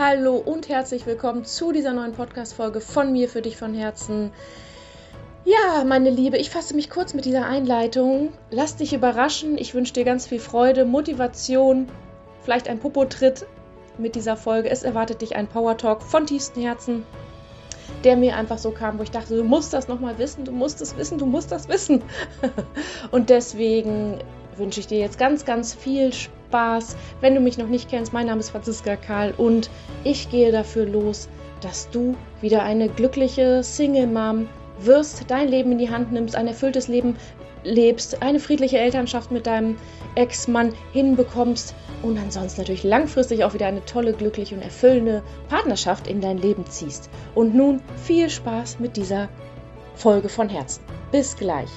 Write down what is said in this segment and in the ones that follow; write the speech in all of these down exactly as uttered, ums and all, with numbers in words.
Hallo und herzlich willkommen zu dieser neuen Podcast-Folge von mir für dich von Herzen. Ja, meine Liebe, ich fasse mich kurz mit dieser Einleitung. Lass dich überraschen. Ich wünsche dir ganz viel Freude, Motivation, vielleicht ein Popo-Tritt mit dieser Folge. Es erwartet dich ein Power-Talk von tiefstem Herzen, der mir einfach so kam, wo ich dachte, du musst das nochmal wissen, du musst es wissen, du musst das wissen. Und deswegen wünsche ich dir jetzt ganz, ganz viel Spaß. Wenn du mich noch nicht kennst, mein Name ist Franziska Karl und ich gehe dafür los, dass du wieder eine glückliche Single-Mom wirst, dein Leben in die Hand nimmst, ein erfülltes Leben lebst, eine friedliche Elternschaft mit deinem Ex-Mann hinbekommst und ansonsten natürlich langfristig auch wieder eine tolle, glückliche und erfüllende Partnerschaft in dein Leben ziehst. Und nun viel Spaß mit dieser Folge von Herzen. Bis gleich.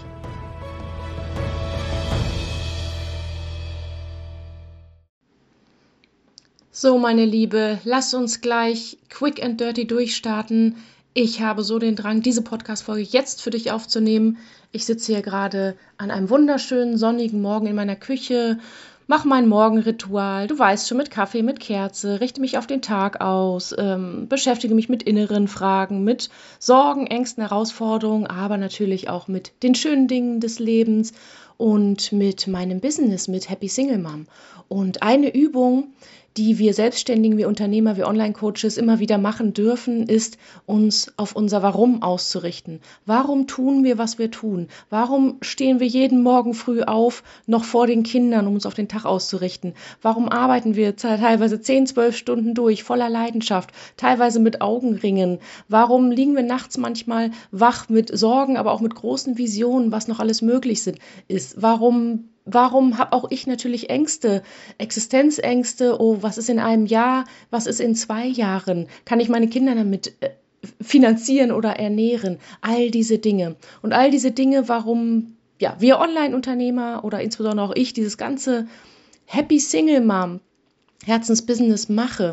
So, meine Liebe, lass uns gleich quick and dirty durchstarten. Ich habe so den Drang, diese Podcast-Folge jetzt für dich aufzunehmen. Ich sitze hier gerade an einem wunderschönen sonnigen Morgen in meiner Küche, mache mein Morgenritual, du weißt schon, mit Kaffee, mit Kerze, richte mich auf den Tag aus, ähm, beschäftige mich mit inneren Fragen, mit Sorgen, Ängsten, Herausforderungen, aber natürlich auch mit den schönen Dingen des Lebens und mit meinem Business, mit Happy Single Mom. Und eine Übung, die wir Selbstständigen, wir Unternehmer, wir Online-Coaches immer wieder machen dürfen, ist, uns auf unser Warum auszurichten. Warum tun wir, was wir tun? Warum stehen wir jeden Morgen früh auf, noch vor den Kindern, um uns auf den Tag auszurichten? Warum arbeiten wir teilweise zehn, zwölf Stunden durch, voller Leidenschaft, teilweise mit Augenringen? Warum liegen wir nachts manchmal wach mit Sorgen, aber auch mit großen Visionen, was noch alles möglich ist? Warum Warum habe auch ich natürlich Ängste, Existenzängste? Oh, was ist in einem Jahr? Was ist in zwei Jahren? Kann ich meine Kinder damit äh, finanzieren oder ernähren? All diese Dinge. Und all diese Dinge, warum ja, wir Online-Unternehmer oder insbesondere auch ich dieses ganze Happy Single Mom Herzensbusiness mache,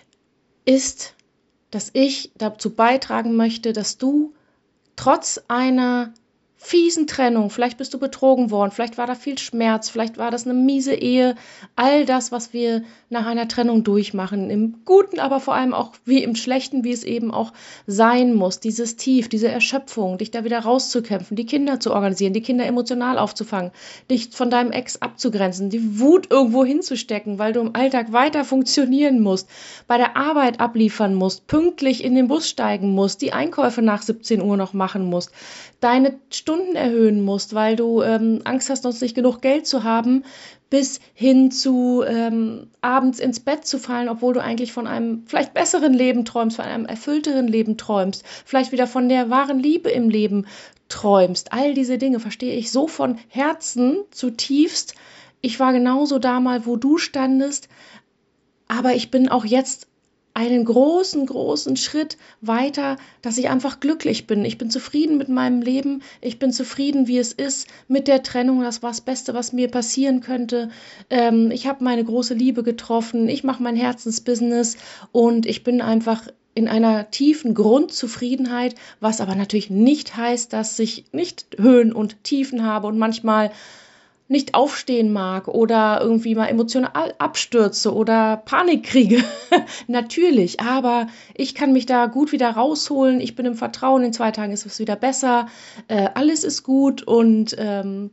ist, dass ich dazu beitragen möchte, dass du trotz einer fiesen Trennung, vielleicht bist du betrogen worden, vielleicht war da viel Schmerz, vielleicht war das eine miese Ehe, all das, was wir nach einer Trennung durchmachen, im Guten, aber vor allem auch wie im Schlechten, wie es eben auch sein muss, dieses Tief, diese Erschöpfung, dich da wieder rauszukämpfen, die Kinder zu organisieren, die Kinder emotional aufzufangen, dich von deinem Ex abzugrenzen, die Wut irgendwo hinzustecken, weil du im Alltag weiter funktionieren musst, bei der Arbeit abliefern musst, pünktlich in den Bus steigen musst, die Einkäufe nach siebzehn Uhr noch machen musst, deine Stunden erhöhen musst, weil du ähm, Angst hast, noch nicht genug Geld zu haben, bis hin zu ähm, abends ins Bett zu fallen, obwohl du eigentlich von einem vielleicht besseren Leben träumst, von einem erfüllteren Leben träumst, vielleicht wieder von der wahren Liebe im Leben träumst. All diese Dinge verstehe ich so von Herzen zutiefst. Ich war genauso da mal, wo du standest, aber ich bin auch jetzt einen großen, großen Schritt weiter, dass ich einfach glücklich bin. Ich bin zufrieden mit meinem Leben. Ich bin zufrieden, wie es ist mit der Trennung. Das war das Beste, was mir passieren könnte. Ähm, ich habe meine große Liebe getroffen. Ich mache mein Herzensbusiness und ich bin einfach in einer tiefen Grundzufriedenheit, was aber natürlich nicht heißt, dass ich nicht Höhen und Tiefen habe und manchmal nicht aufstehen mag oder irgendwie mal emotional abstürze oder Panik kriege. Natürlich, aber ich kann mich da gut wieder rausholen. Ich bin im Vertrauen, in zwei Tagen ist es wieder besser. Äh, alles ist gut und ähm,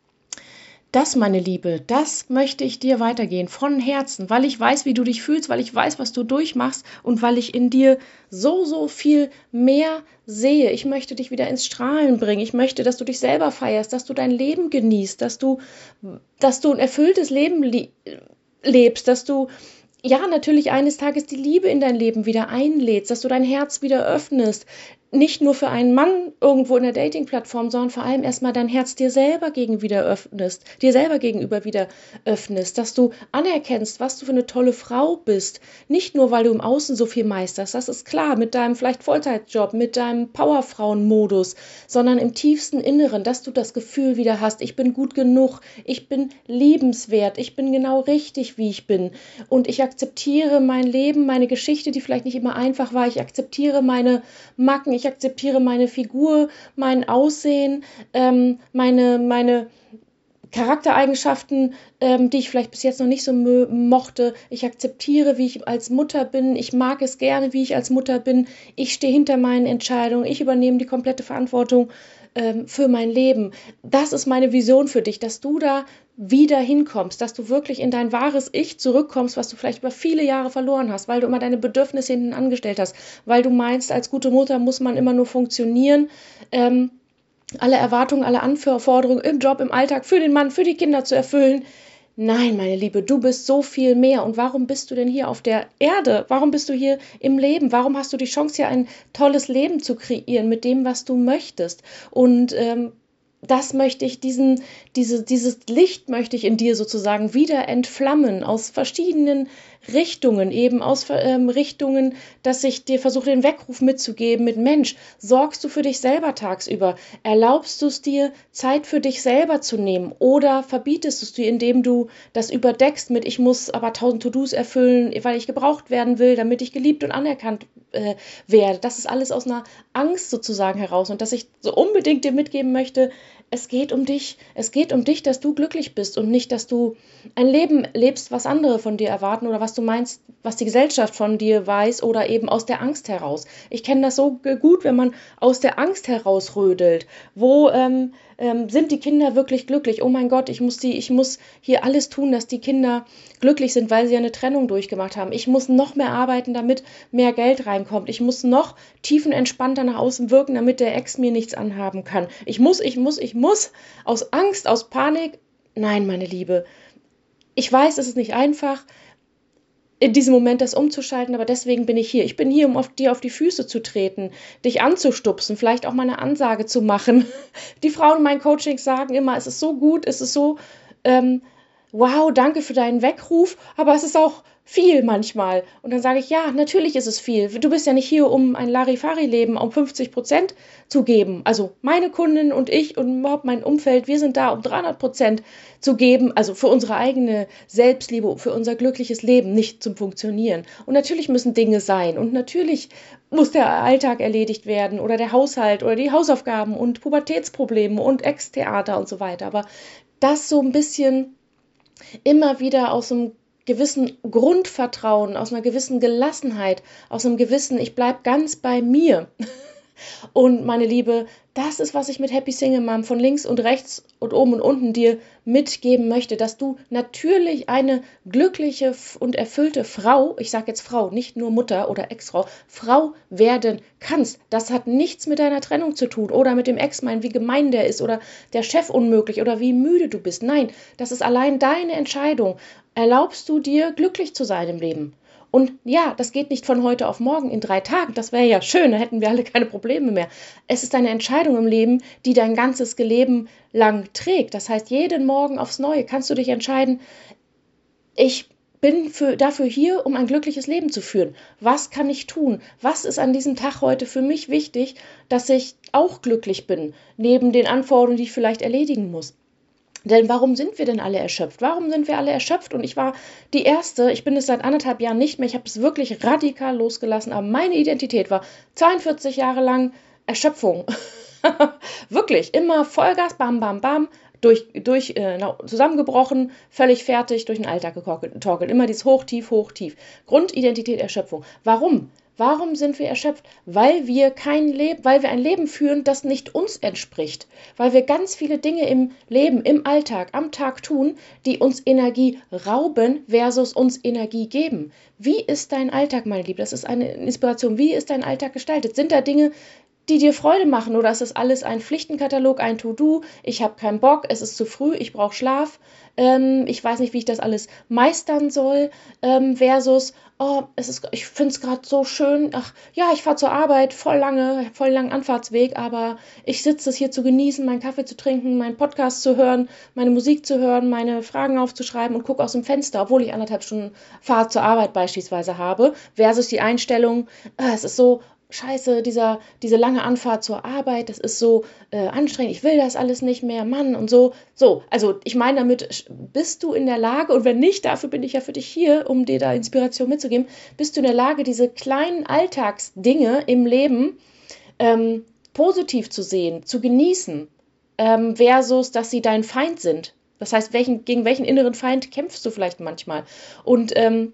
das, meine Liebe, das möchte ich dir weitergehen, von Herzen, weil ich weiß, wie du dich fühlst, weil ich weiß, was du durchmachst und weil ich in dir so, so viel mehr sehe. Ich möchte dich wieder ins Strahlen bringen. Ich möchte, dass du dich selber feierst, dass du dein Leben genießt, dass du, dass du ein erfülltes Leben li- lebst, dass du ja natürlich eines Tages die Liebe in dein Leben wieder einlädst, dass du dein Herz wieder öffnest. Nicht nur für einen Mann irgendwo in der Dating-Plattform, sondern vor allem erstmal dein Herz dir selber gegenüber wieder öffnest, dir selber gegenüber wieder öffnest, dass du anerkennst, was du für eine tolle Frau bist. Nicht nur, weil du im Außen so viel meisterst, das ist klar, mit deinem vielleicht Vollzeitjob, mit deinem Powerfrauen-Modus, sondern im tiefsten Inneren, dass du das Gefühl wieder hast, ich bin gut genug, ich bin liebenswert, ich bin genau richtig, wie ich bin und ich akzeptiere mein Leben, meine Geschichte, die vielleicht nicht immer einfach war, ich akzeptiere meine Macken, ich akzeptiere meine Figur, mein Aussehen, ähm, meine, meine Charaktereigenschaften, ähm, die ich vielleicht bis jetzt noch nicht so mö- mochte. Ich akzeptiere, wie ich als Mutter bin. Ich mag es gerne, wie ich als Mutter bin. Ich stehe hinter meinen Entscheidungen. Ich übernehme die komplette Verantwortung ähm, für mein Leben. Das ist meine Vision für dich, dass du da wieder hinkommst, dass du wirklich in dein wahres Ich zurückkommst, was du vielleicht über viele Jahre verloren hast, weil du immer deine Bedürfnisse hinten angestellt hast, weil du meinst, als gute Mutter muss man immer nur funktionieren, ähm, alle Erwartungen, alle Anforderungen im Job, im Alltag für den Mann, für die Kinder zu erfüllen. Nein, meine Liebe, du bist so viel mehr. Und warum bist du denn hier auf der Erde? Warum bist du hier im Leben? Warum hast du die Chance, hier ein tolles Leben zu kreieren mit dem, was du möchtest? Und ähm, das möchte ich, diesen, diese, dieses Licht möchte ich in dir sozusagen wieder entflammen aus verschiedenen Richtungen, eben aus ähm, Richtungen, dass ich dir versuche, den Weckruf mitzugeben mit Mensch, sorgst du für dich selber tagsüber? Erlaubst du es dir, Zeit für dich selber zu nehmen? Oder verbietest du es dir, indem du das überdeckst mit, ich muss aber tausend To-Dos erfüllen, weil ich gebraucht werden will, damit ich geliebt und anerkannt äh, werde? Das ist alles aus einer Angst sozusagen heraus. Und dass ich so unbedingt dir mitgeben möchte, es geht um dich. Es geht um dich, dass du glücklich bist und nicht, dass du ein Leben lebst, was andere von dir erwarten oder was du meinst, was die Gesellschaft von dir weiß oder eben aus der Angst heraus. Ich kenne das so gut, wenn man aus der Angst heraus rödelt. Wo ähm, ähm, sind die Kinder wirklich glücklich? Oh mein Gott, ich muss die, ich muss hier alles tun, dass die Kinder glücklich sind, weil sie eine Trennung durchgemacht haben. Ich muss noch mehr arbeiten, damit mehr Geld reinkommt. Ich muss noch tiefenentspannter nach außen wirken, damit der Ex mir nichts anhaben kann. Ich muss, ich muss, ich muss aus Angst, aus Panik. Nein, meine Liebe. Ich weiß, es ist nicht einfach, in diesem Moment das umzuschalten, aber deswegen bin ich hier. Ich bin hier, um auf dir auf die Füße zu treten, dich anzustupsen, vielleicht auch mal eine Ansage zu machen. Die Frauen in meinen Coachings sagen immer, es ist so gut, es ist so, ähm, wow, danke für deinen Weckruf, aber es ist auch viel manchmal. Und dann sage ich, ja, natürlich ist es viel. Du bist ja nicht hier, um ein Larifari-Leben um fünfzig Prozent zu geben. Also meine Kundin und ich und überhaupt mein Umfeld, wir sind da, um dreihundert Prozent zu geben, also für unsere eigene Selbstliebe, für unser glückliches Leben, nicht zum Funktionieren. Und natürlich müssen Dinge sein und natürlich muss der Alltag erledigt werden oder der Haushalt oder die Hausaufgaben und Pubertätsprobleme und Ex-Theater und so weiter. Aber das so ein bisschen immer wieder aus einem gewissen Grundvertrauen, aus einer gewissen Gelassenheit, aus einem gewissen, ich bleib ganz bei mir. Und meine Liebe, das ist, was ich mit Happy Single Mom von links und rechts und oben und unten dir mitgeben möchte, dass du natürlich eine glückliche und erfüllte Frau, ich sage jetzt Frau, nicht nur Mutter oder Ex-Frau, Frau werden kannst. Das hat nichts mit deiner Trennung zu tun oder mit dem Ex-Mann, wie gemein der ist oder der Chef unmöglich oder wie müde du bist. Nein, das ist allein deine Entscheidung. Erlaubst du dir, glücklich zu sein im Leben? Und ja, das geht nicht von heute auf morgen in drei Tagen. Das wäre ja schön, da hätten wir alle keine Probleme mehr. Es ist eine Entscheidung im Leben, die dein ganzes Leben lang trägt. Das heißt, jeden Morgen aufs Neue kannst du dich entscheiden, ich bin für, dafür hier, um ein glückliches Leben zu führen. Was kann ich tun? Was ist an diesem Tag heute für mich wichtig, dass ich auch glücklich bin, neben den Anforderungen, die ich vielleicht erledigen muss? Denn warum sind wir denn alle erschöpft? Warum sind wir alle erschöpft? Und ich war die Erste, ich bin es seit anderthalb Jahren nicht mehr, ich habe es wirklich radikal losgelassen, aber meine Identität war zweiundvierzig Jahre lang Erschöpfung. Wirklich, immer Vollgas, bam, bam, bam, durch, durch äh, zusammengebrochen, völlig fertig, durch den Alltag getorkelt. Immer dieses Hoch, Tief, Hoch, Tief. Grundidentität, Erschöpfung. Warum? Warum sind wir erschöpft? Weil wir kein Leben, weil wir ein Leben führen, das nicht uns entspricht. Weil wir ganz viele Dinge im Leben, im Alltag, am Tag tun, die uns Energie rauben versus uns Energie geben. Wie ist dein Alltag, meine Liebe? Das ist eine Inspiration. Wie ist dein Alltag gestaltet? Sind da Dinge, die dir Freude machen oder ist das alles ein Pflichtenkatalog, ein To-Do, ich habe keinen Bock, es ist zu früh, ich brauche Schlaf, ähm, ich weiß nicht, wie ich das alles meistern soll, ähm, versus, oh, es ist, ich finde es gerade so schön, ach ja, ich fahre zur Arbeit, voll lange, voll langen Anfahrtsweg, aber ich sitze es hier zu genießen, meinen Kaffee zu trinken, meinen Podcast zu hören, meine Musik zu hören, meine Fragen aufzuschreiben und gucke aus dem Fenster, obwohl ich anderthalb Stunden Fahrt zur Arbeit beispielsweise habe, versus die Einstellung, ah, es ist so, Scheiße, dieser, diese lange Anfahrt zur Arbeit, das ist so äh, anstrengend, ich will das alles nicht mehr, Mann und so. So, also ich meine damit, bist du in der Lage, und wenn nicht, dafür bin ich ja für dich hier, um dir da Inspiration mitzugeben, bist du in der Lage, diese kleinen Alltagsdinge im Leben ähm, positiv zu sehen, zu genießen, ähm, versus, dass sie dein Feind sind. Das heißt, welchen, gegen welchen inneren Feind kämpfst du vielleicht manchmal? Und ähm,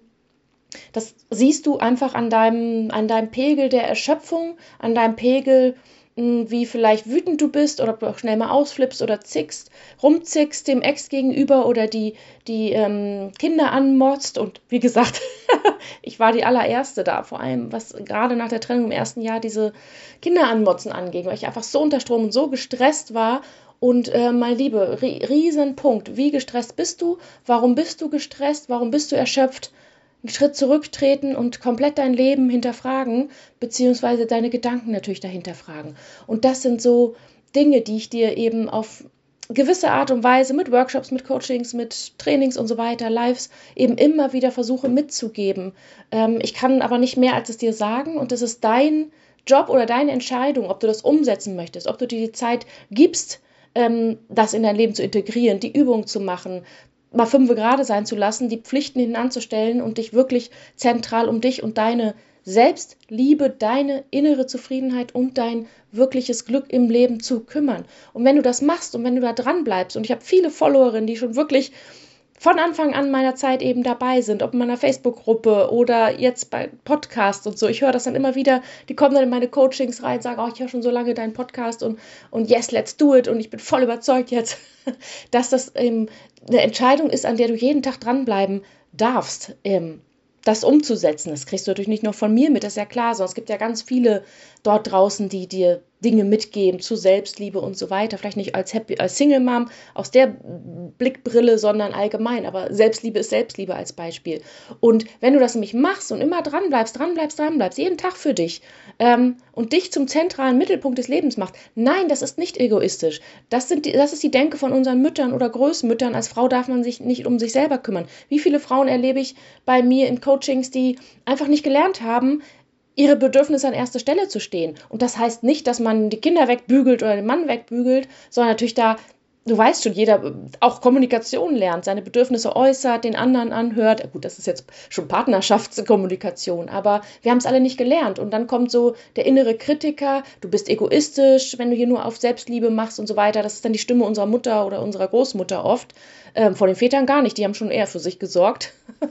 das siehst du einfach an deinem, an deinem Pegel der Erschöpfung, an deinem Pegel, mh, wie vielleicht wütend du bist oder ob du auch schnell mal ausflippst oder zickst, rumzickst dem Ex gegenüber oder die, die ähm, Kinder anmotzt. Und wie gesagt, ich war die allererste da, vor allem was gerade nach der Trennung im ersten Jahr diese Kinder anmotzen anging, weil ich einfach so unter Strom und so gestresst war. Und äh, meine Liebe, ri- Riesenpunkt. Wie gestresst bist du? Warum bist du gestresst? Warum bist du erschöpft? Einen Schritt zurücktreten und komplett dein Leben hinterfragen, beziehungsweise deine Gedanken natürlich dahinter fragen. Und das sind so Dinge, die ich dir eben auf gewisse Art und Weise mit Workshops, mit Coachings, mit Trainings und so weiter, Lives eben immer wieder versuche mitzugeben. Ähm, ich kann aber nicht mehr als es dir sagen und es ist dein Job oder deine Entscheidung, ob du das umsetzen möchtest, ob du dir die Zeit gibst, ähm, das in dein Leben zu integrieren, die Übung zu machen, mal fünfe gerade sein zu lassen, die Pflichten hinten anzustellen und dich wirklich zentral um dich und deine Selbstliebe, deine innere Zufriedenheit und dein wirkliches Glück im Leben zu kümmern. Und wenn du das machst und wenn du da dran bleibst, und ich habe viele Followerinnen, die schon wirklich von Anfang an meiner Zeit eben dabei sind, ob in meiner Facebook-Gruppe oder jetzt bei Podcasts und so. Ich höre das dann immer wieder, die kommen dann in meine Coachings rein, sagen, oh, ich höre schon so lange deinen Podcast und, und yes, let's do it und ich bin voll überzeugt jetzt, dass das ähm, eine Entscheidung ist, an der du jeden Tag dranbleiben darfst, ähm, das umzusetzen. Das kriegst du natürlich nicht nur von mir mit, das ist ja klar, sondern es gibt ja ganz viele dort draußen, die dir Dinge mitgeben zu Selbstliebe und so weiter. Vielleicht nicht als, Happy, als Single Mom aus der Blickbrille, sondern allgemein. Aber Selbstliebe ist Selbstliebe als Beispiel. Und wenn du das nämlich machst und immer dran bleibst, dran bleibst, dran bleibst, jeden Tag für dich ähm, und dich zum zentralen Mittelpunkt des Lebens machst, nein, das ist nicht egoistisch. Das, sind die, das ist die Denke von unseren Müttern oder Großmüttern. Als Frau darf man sich nicht um sich selber kümmern. Wie viele Frauen erlebe ich bei mir in Coachings, die einfach nicht gelernt haben, ihre Bedürfnisse an erster Stelle zu stehen. Und das heißt nicht, dass man die Kinder wegbügelt oder den Mann wegbügelt, sondern natürlich da, du weißt schon, jeder auch Kommunikation lernt, seine Bedürfnisse äußert, den anderen anhört. Gut, das ist jetzt schon Partnerschaftskommunikation, aber wir haben es alle nicht gelernt. Und dann kommt so der innere Kritiker, du bist egoistisch, wenn du hier nur auf Selbstliebe machst und so weiter. Das ist dann die Stimme unserer Mutter oder unserer Großmutter oft. Ähm, von den Vätern gar nicht, die haben schon eher für sich gesorgt.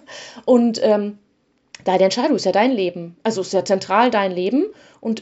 Und ähm, deine Entscheidung ist ja dein Leben. Also ist ja zentral dein Leben und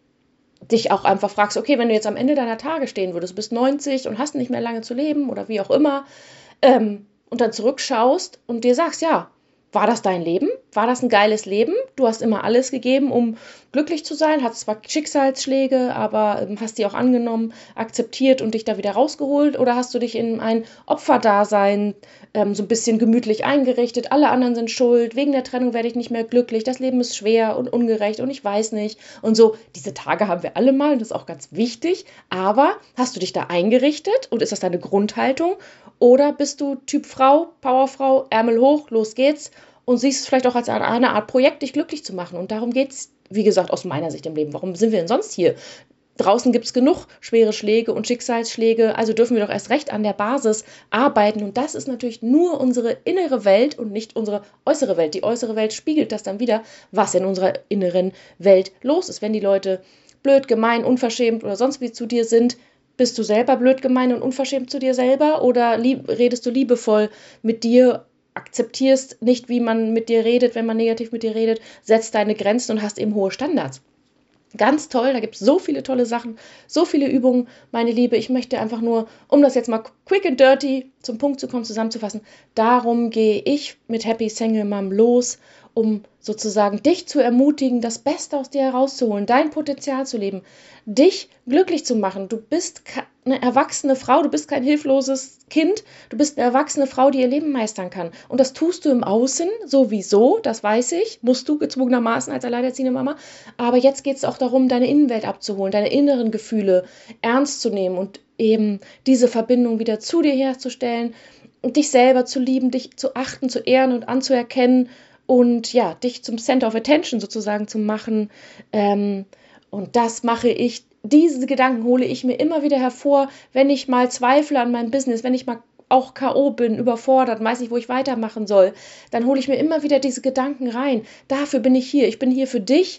dich auch einfach fragst, okay, wenn du jetzt am Ende deiner Tage stehen würdest, bist neunzig und hast nicht mehr lange zu leben oder wie auch immer, ähm, und dann zurückschaust und dir sagst, ja, war das dein Leben? War das ein geiles Leben? Du hast immer alles gegeben, um glücklich zu sein, hattest zwar Schicksalsschläge, aber ähm, hast die auch angenommen, akzeptiert und dich da wieder rausgeholt? Oder hast du dich in ein Opferdasein ähm, so ein bisschen gemütlich eingerichtet? Alle anderen sind schuld, wegen der Trennung werde ich nicht mehr glücklich, das Leben ist schwer und ungerecht und ich weiß nicht. Und so, diese Tage haben wir alle mal und das ist auch ganz wichtig. Aber hast du dich da eingerichtet und ist das deine Grundhaltung? Oder bist du Typ Frau, Powerfrau, Ärmel hoch, los geht's und siehst es vielleicht auch als eine Art Projekt, dich glücklich zu machen. Und darum geht's, wie gesagt, aus meiner Sicht im Leben. Warum sind wir denn sonst hier? Draußen gibt es genug schwere Schläge und Schicksalsschläge, also dürfen wir doch erst recht an der Basis arbeiten. Und das ist natürlich nur unsere innere Welt und nicht unsere äußere Welt. Die äußere Welt spiegelt das dann wieder, was in unserer inneren Welt los ist. Wenn die Leute blöd, gemein, unverschämt oder sonst wie zu dir sind, bist du selber blöd, gemein und unverschämt zu dir selber oder lieb, redest du liebevoll mit dir, akzeptierst nicht, wie man mit dir redet, wenn man negativ mit dir redet, setzt deine Grenzen und hast eben hohe Standards. Ganz toll, da gibt es so viele tolle Sachen, so viele Übungen, meine Liebe. Ich möchte einfach nur, um das jetzt mal quick and dirty zum Punkt zu kommen, zusammenzufassen, darum gehe ich mit Happy Single Mom los, um sozusagen dich zu ermutigen, das Beste aus dir herauszuholen, dein Potenzial zu leben, dich glücklich zu machen. Du bist eine erwachsene Frau, du bist kein hilfloses Kind, du bist eine erwachsene Frau, die ihr Leben meistern kann. Und das tust du im Außen sowieso, das weiß ich, musst du gezwungenermaßen als alleinerziehende Mama. Aber jetzt geht es auch darum, deine Innenwelt abzuholen, deine inneren Gefühle ernst zu nehmen und eben diese Verbindung wieder zu dir herzustellen und dich selber zu lieben, dich zu achten, zu ehren und anzuerkennen und ja, dich zum Center of Attention sozusagen zu machen. Ähm, und das mache ich, diese Gedanken hole ich mir immer wieder hervor, wenn ich mal zweifle an meinem Business, wenn ich mal auch K O bin, überfordert, weiß nicht, wo ich weitermachen soll, dann hole ich mir immer wieder diese Gedanken rein. Dafür bin ich hier. Ich bin hier für dich.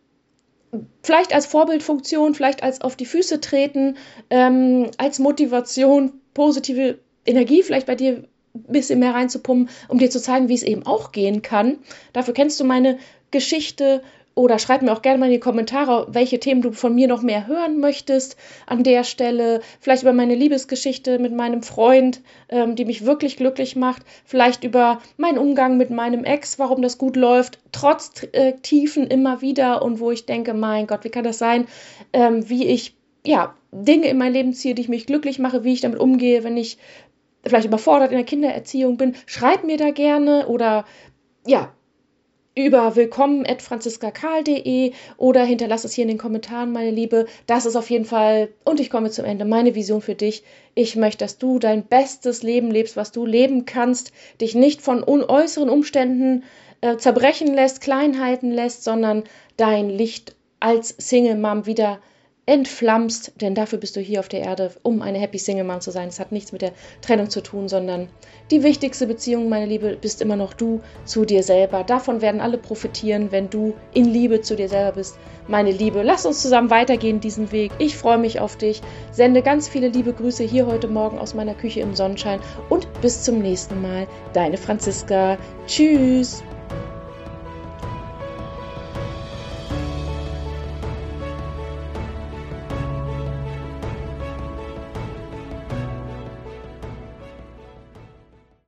Vielleicht als Vorbildfunktion, vielleicht als auf die Füße treten, ähm, als Motivation, positive Energie vielleicht bei dir ein bisschen mehr reinzupumpen, um dir zu zeigen, wie es eben auch gehen kann. Dafür kennst du meine Geschichte. Oder schreib mir auch gerne mal in die Kommentare, welche Themen du von mir noch mehr hören möchtest an der Stelle. Vielleicht über meine Liebesgeschichte mit meinem Freund, ähm, die mich wirklich glücklich macht. Vielleicht über meinen Umgang mit meinem Ex, warum das gut läuft, trotz äh, Tiefen immer wieder. Und wo ich denke, mein Gott, wie kann das sein, ähm, wie ich ja Dinge in mein Leben ziehe, die ich mich glücklich mache, wie ich damit umgehe, wenn ich vielleicht überfordert in der Kindererziehung bin. Schreib mir da gerne oder ja, über willkommen at franziska karl punkt de oder hinterlass es hier in den Kommentaren, meine Liebe. Das ist auf jeden Fall, und ich komme zum Ende, meine Vision für dich. Ich möchte, dass du dein bestes Leben lebst, was du leben kannst, dich nicht von äußeren Umständen äh, zerbrechen lässt, klein halten lässt, sondern dein Licht als Single Mom wieder entflammst, denn dafür bist du hier auf der Erde, um eine Happy Single Mom zu sein. Es hat nichts mit der Trennung zu tun, sondern die wichtigste Beziehung, meine Liebe, bist immer noch du zu dir selber. Davon werden alle profitieren, wenn du in Liebe zu dir selber bist. Meine Liebe, lass uns zusammen weitergehen diesen Weg. Ich freue mich auf dich. Sende ganz viele liebe Grüße hier heute Morgen aus meiner Küche im Sonnenschein und bis zum nächsten Mal. Deine Franziska. Tschüss.